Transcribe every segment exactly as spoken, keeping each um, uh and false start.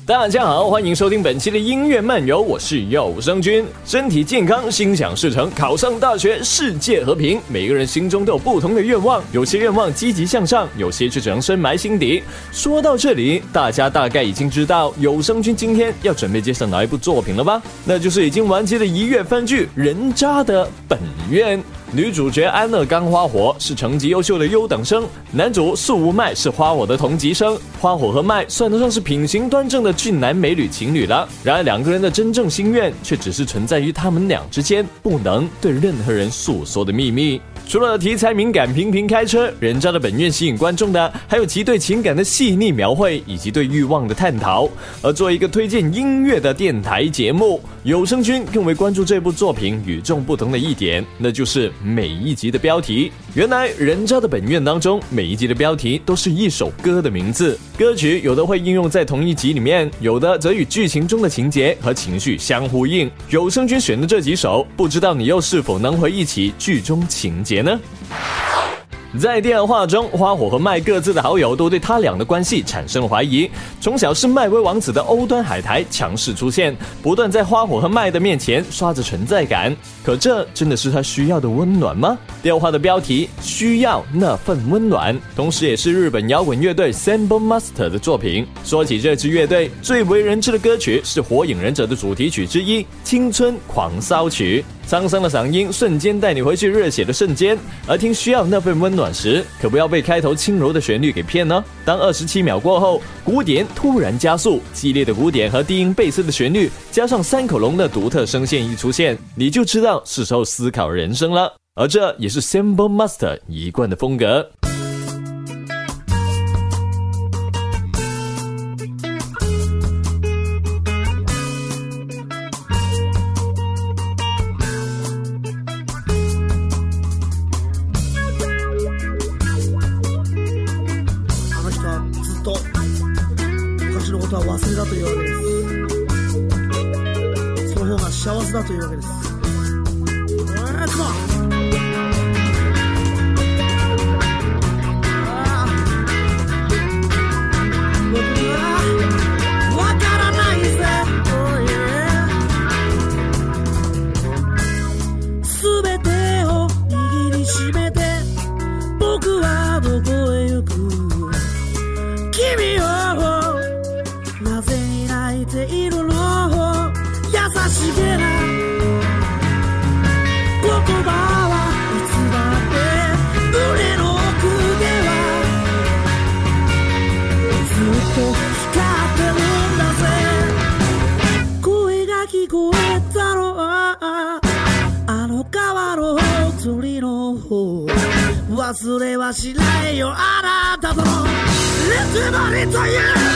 大家好，欢迎收听本期的音乐漫游，我是有声君。身体健康，心想事成，考上大学，世界和平。每个人心中都有不同的愿望，有些愿望积极向上，有些却只能深埋心底。说到这里，大家大概已经知道有声君今天要准备介绍哪一部作品了吧？那就是已经完结的一月番剧《人渣的本愿》。女主角安乐刚花火是成绩优秀的优等生，男主素无麦是花火的同级生。花火和麦算得上是品行端正的俊男美女情侣了。然而两个人的真正心愿却只是存在于他们俩之间，不能对任何人诉说的秘密。除了题材敏感、频频开车，人渣的本愿吸引观众的还有其对情感的细腻描绘以及对欲望的探讨。而作为一个推荐音乐的电台节目，有声君更为关注这部作品与众不同的一点，那就是每一集的标题。原来人渣的本愿当中，每一集的标题都是一首歌的名字，歌曲有的会应用在同一集里面，有的则与剧情中的情节和情绪相呼应。有声君选的这几首，不知道你又是否能回忆起剧中情节呢？在第二话中，花火和麦各自的好友都对他俩的关系产生了怀疑。从小是麦威王子的欧端海苔强势出现，不断在花火和麦的面前刷着存在感。可这真的是他需要的温暖吗？第二话的标题需要那份温暖，同时也是日本摇滚乐队 Sambo Master 的作品。说起这支乐队，最为人知的歌曲是火影忍者的主题曲之一《青春狂骚曲》，沧桑的嗓音瞬间带你回去热血的瞬间。而听需要那份温暖时，可不要被开头轻柔的旋律给骗呢。当二十七秒过后，鼓点突然加速，激烈的鼓点和低音贝斯的旋律，加上三口龙的独特声线一出现，你就知道是时候思考人生了。而这也是 Sambo Master 一贯的风格。 忘れだというわけです。その方が幸せだというわけです。あー、come on。忘れはしないよあなたとのぬくもりという名の過去の道、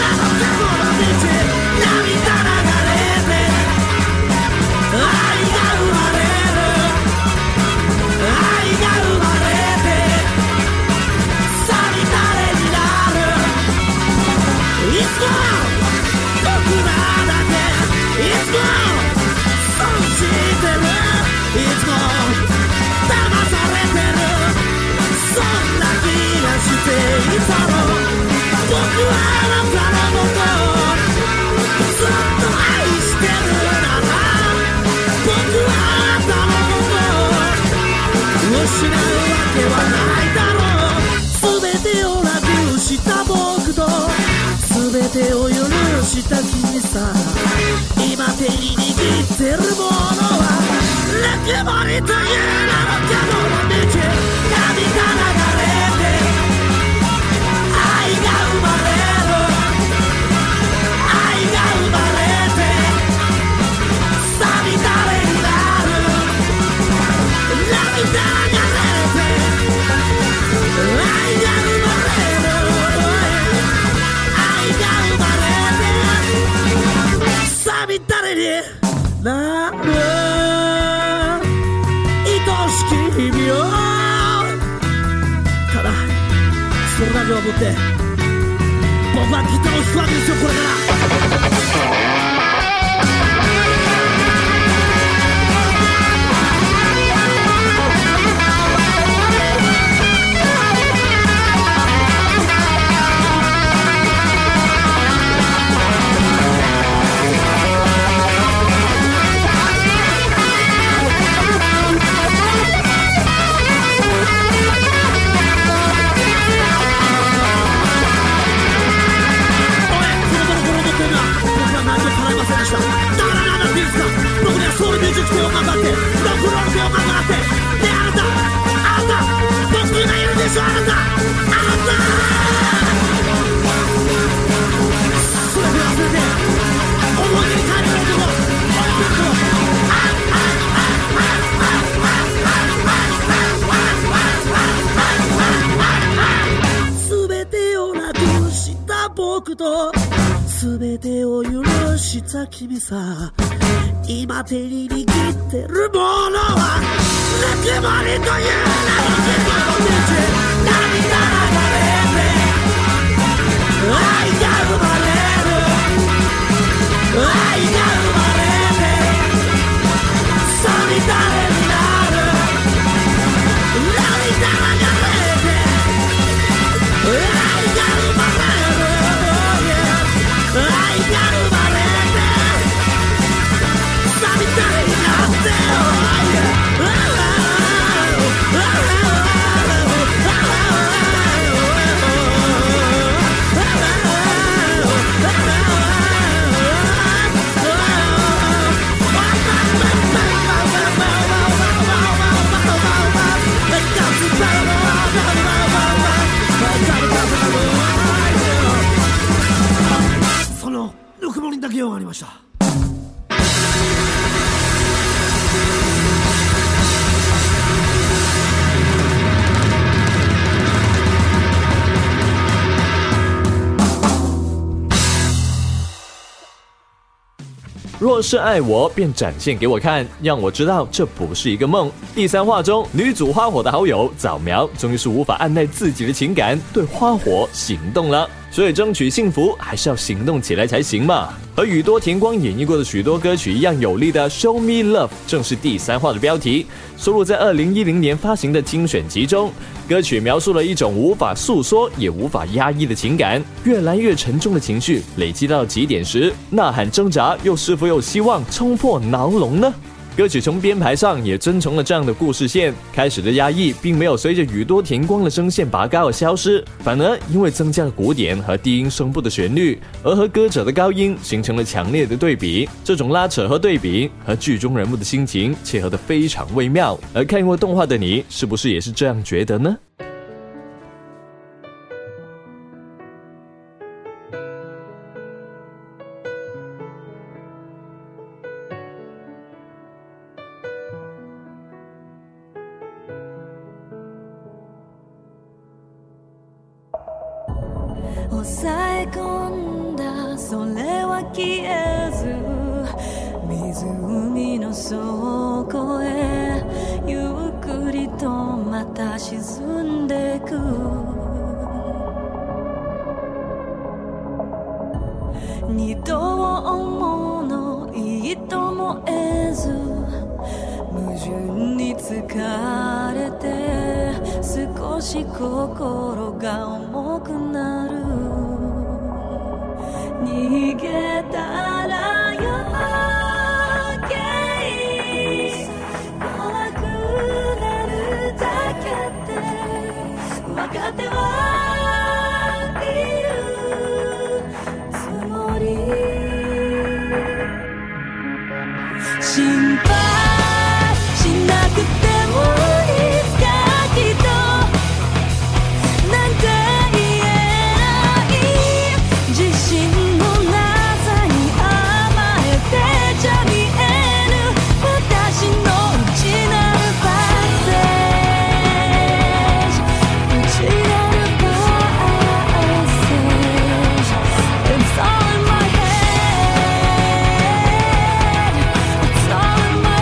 涙流れて愛が生まれる、愛が生まれてさびたれになる。いつも僕らだけ、いつも損してる、いつも騙されてる、そんな気がしていたの。僕はあなたのことをずっと愛してるなら、僕はあなたのことを失うわけはないだろう。全てをなくした僕と全てを許した君さ、今手に握ってるものはぬくもりという名の過去の道、涙流れて愛が生まれる、愛が生まれてさびたれになる、涙流れて愛が生まれる、愛が生まれてさびたれになる。愛しき君をただそれだけを持って僕はギターを弾くわけですよ、これから。 を許した君さ今手に握ってるものはぬくもりという名の自分の道涙流れて愛が生まれる愛が生まれてさみだれになる涙流れて愛が生まれる愛が生まれてさみだれになってそのぬくもりだけ用がありました。 若是爱我，便展现给我看，让我知道这不是一个梦。第三话中，女主花火的好友早苗终于是无法按耐自己的情感，对花火行动了。所以争取幸福还是要行动起来才行嘛。和宇多田光演绎过的许多歌曲一样有力的 Show Me Love 正是第三话的标题，收录在二零一零年发行的精选集中。歌曲描述了一种无法诉说也无法压抑的情感，越来越沉重的情绪累积到极点时，呐喊挣扎又是否有希望冲破牢笼呢？歌曲从编排上也遵从了这样的故事线，开始的压抑并没有随着宇多田光的声线拔高而消失，反而因为增加了鼓点和低音声部的旋律，而和歌者的高音形成了强烈的对比。这种拉扯和对比和剧中人物的心情切合得非常微妙，而看过动画的你是不是也是这样觉得呢？ 抑え込んだそれは消えず湖の底へゆっくりとまた沈んでく二度思うのいいとも得ず矛盾に疲れて少し心が重くなる逃げたら余計怖くなるだけで分かってはいるつもり心配しなくてもいつかきっとなんて言えない自信のなさに甘えてちゃ見えぬ私の内なるパッセージ内なるパッセージ It's all in my head It's all in my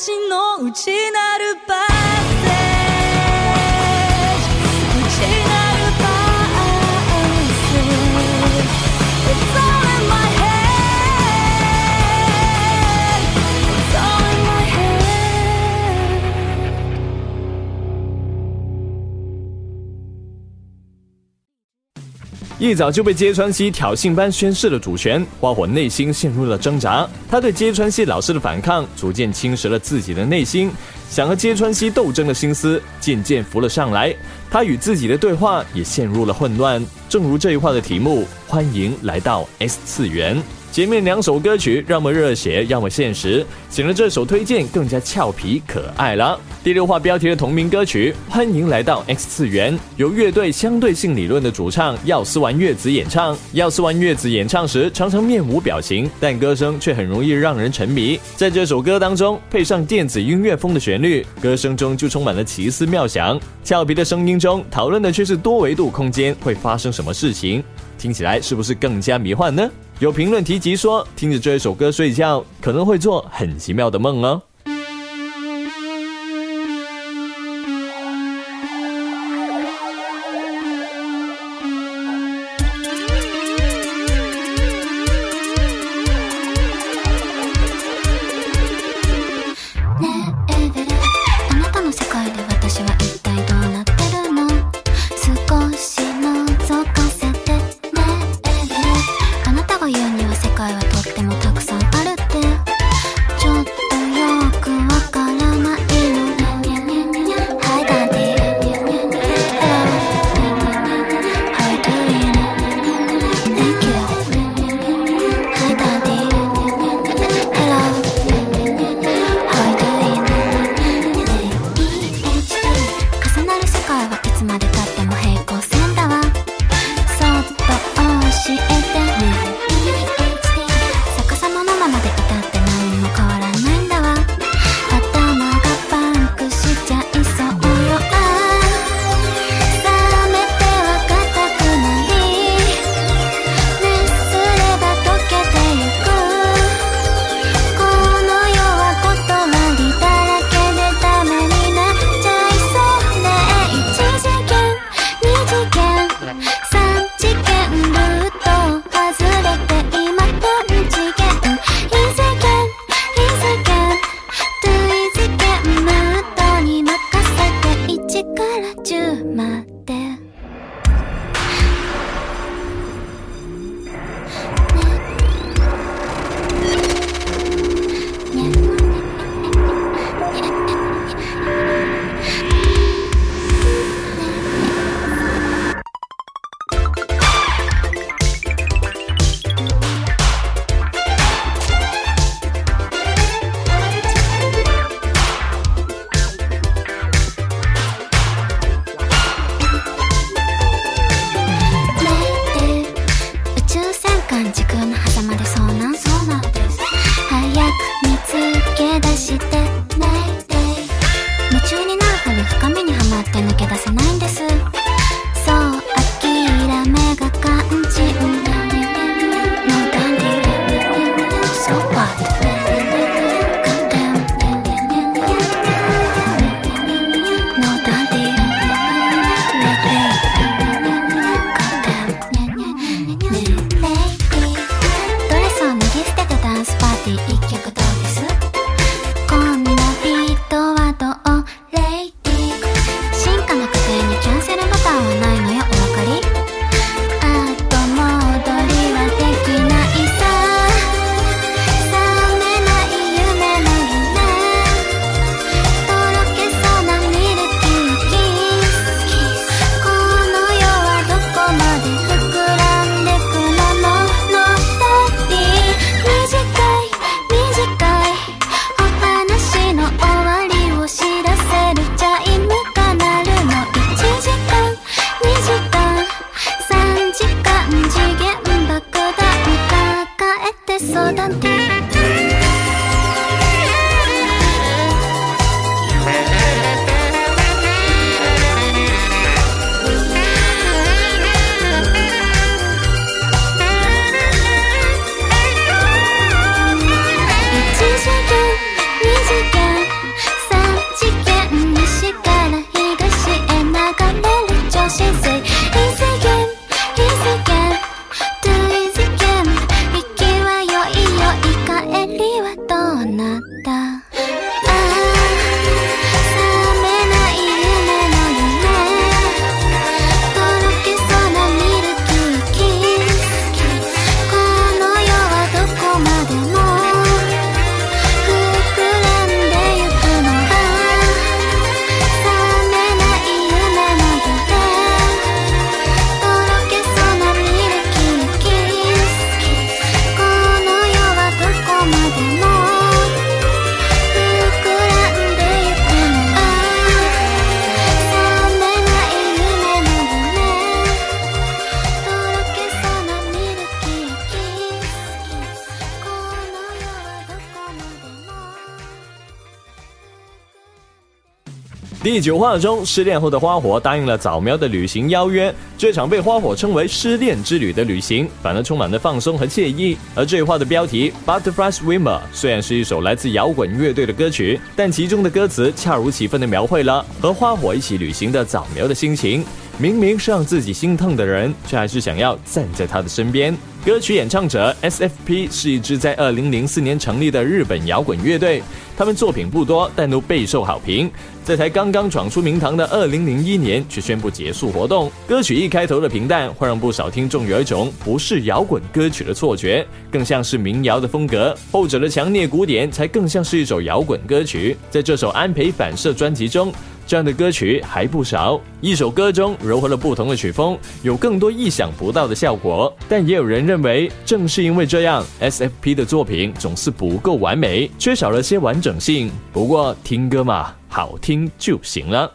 私の内なるパッセージ内なるパッセージ It's all in my head It's all in my head 一早就被揭川西挑衅般宣示了主权，花火内心陷入了挣扎。他对揭川西老师的反抗，逐渐侵蚀了自己的内心，想和揭川西斗争的心思渐渐浮了上来。他与自己的对话也陷入了混乱。正如这一话的题目，欢迎来到 S 次元。前面两首歌曲要么热血，要么现实，显得这首推荐更加俏皮可爱了。第六话标题的同名歌曲《欢迎来到 X 次元》，由乐队相对性理论的主唱药师丸月子演唱。药师丸月子演唱时常常面无表情，但歌声却很容易让人沉迷。在这首歌当中，配上电子音乐风的旋律，歌声中就充满了奇思妙想。俏皮的声音中，讨论的却是多维度空间会发生什么事情，听起来是不是更加迷幻呢？有评论提及说，听着这首歌睡觉，可能会做很奇妙的梦哦。 世界はとってもたくさんあるってちょっとよどうなったああ覚めない夢の夢とろけそうなミルキーキスこの世はどこまでも膨らんでゆくのあ覚めない夢の夢とろけそうなミルキーキスこの世はどこまでも膨らんでゆくのあ覚めない夢の夢とろけそうなミルキーキスこの世はどこまでも第九话中，失恋后的花火答应了早苗的旅行邀约。这场被花火称为失恋之旅的旅行，反而充满了放松和惬意。而这一话的标题 Butterfly Swimmer 虽然是一首来自摇滚乐队的歌曲，但其中的歌词恰如其分地描绘了和花火一起旅行的早苗的心情。明明是让自己心痛的人，却还是想要站在他的身边。歌曲演唱者 S F P 是一支在二零零四年成立的日本摇滚乐队，他们作品不多，但都备受好评。在才刚刚闯出名堂的二零零一年，却宣布结束活动。歌曲一开头的平淡，会让不少听众有一种不是摇滚歌曲的错觉，更像是民谣的风格。后者的强烈鼓点，才更像是一首摇滚歌曲。在这首安培反射专辑中，这样的歌曲还不少。一首歌中糅合了不同的曲风，有更多意想不到的效果。但也有人认为，正是因为这样 ，S F P 的作品总是不够完美，缺少了些完整性。不过听歌嘛，好听就行了。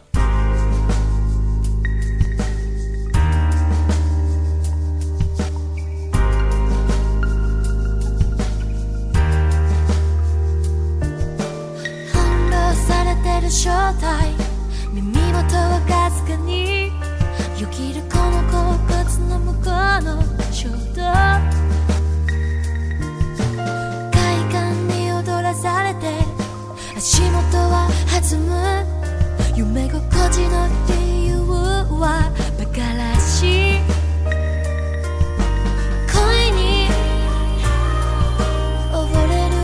翻弄されてる正体耳元はかすかによぎるこの甲骨の向こうの衝動快感に踊らされて足元は弾む夢心地の理由は馬鹿らしい恋に溺れる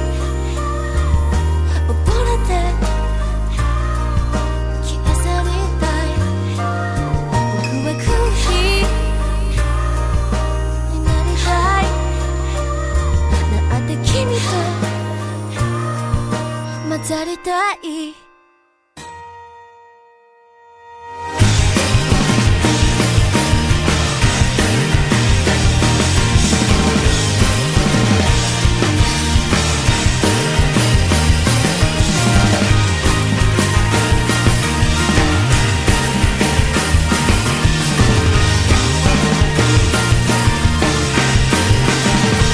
溺れて消え去りたい僕は空気になりたいなんて君と混ざりたい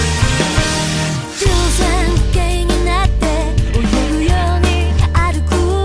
偶然形になって泳ぐように歩く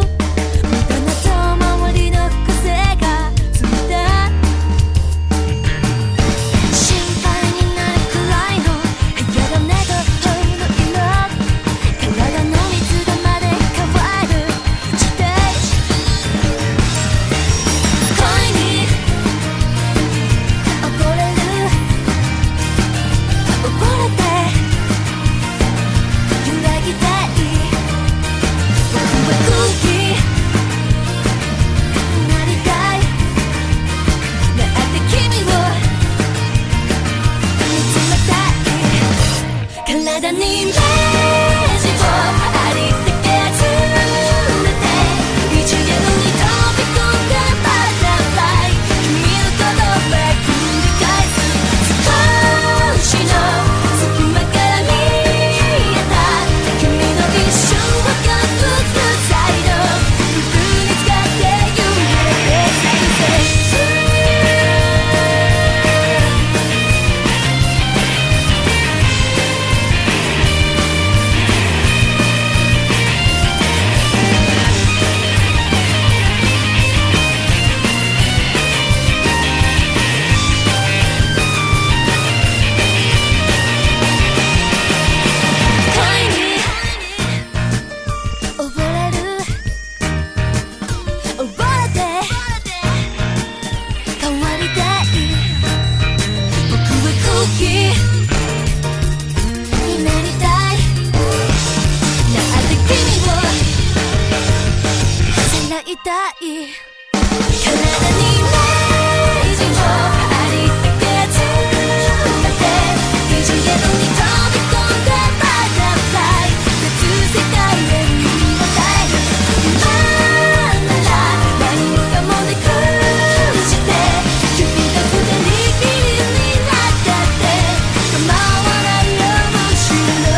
きたい体にない以上ありったけ集めて基準ゲートに飛び込んでバタフライ別世界へ身を変える今なら何もかもなくしてキュピード二人きりになったって構わないよむしろ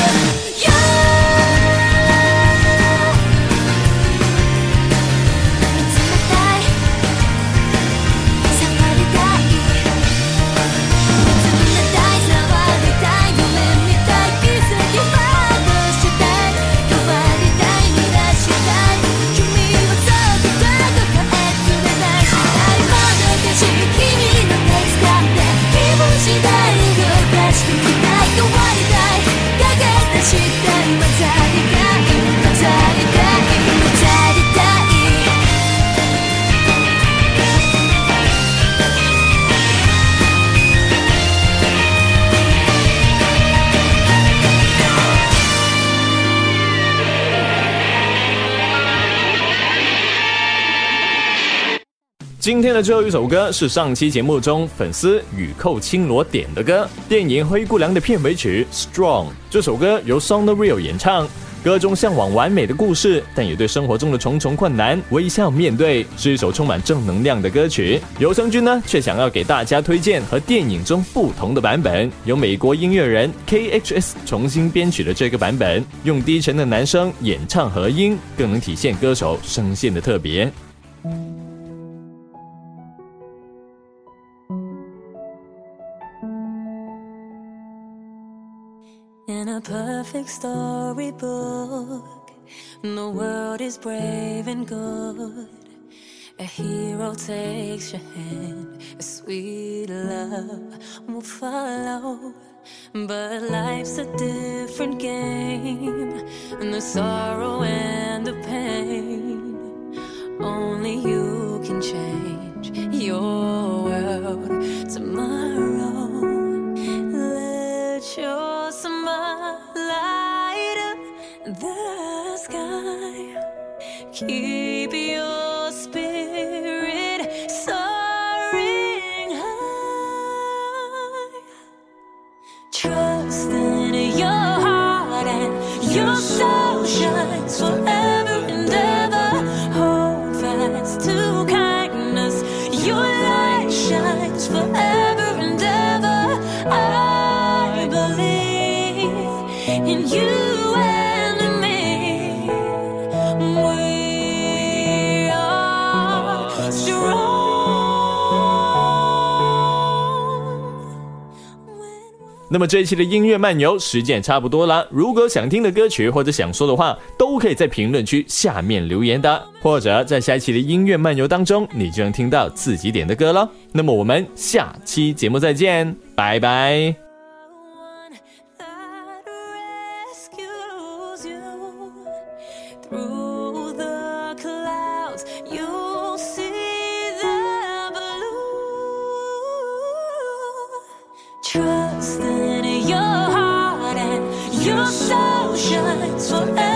今天的最后一首歌是上期节目中粉丝雨扣青罗点的歌，电影《灰姑娘》的片尾曲 Strong。 这首歌由 Song the Real 演唱，歌中向往完美的故事，但也对生活中的重重困难微笑面对，是一首充满正能量的歌曲。有声君呢，却想要给大家推荐和电影中不同的版本，由美国音乐人 K H S 重新编曲的这个版本，用低沉的男声演唱和音，更能体现歌手声线的特别。 In a perfect storybook, the world is brave and good. A hero takes your hand, a sweet love will follow. But life's a different game, and the sorrow and the pain, only you can change your world tomorrow. Let your smile light up the sky, keep your spirit soaring high. Trust in your heart and your soul shines forever and ever. Hold fast to kindness, your light shines forever and ever. I believe in you and me. We are strong. 那么这一期的音乐漫游时间也差不多了，如果想听的歌曲或者想说的话，都可以在评论区下面留言的，或者在下一期的音乐漫游当中，你就能听到自己点的歌了。那么我们下期节目再见，拜拜。 Through the clouds, you'll see the blue. Trust in your heart and your soul shines forever.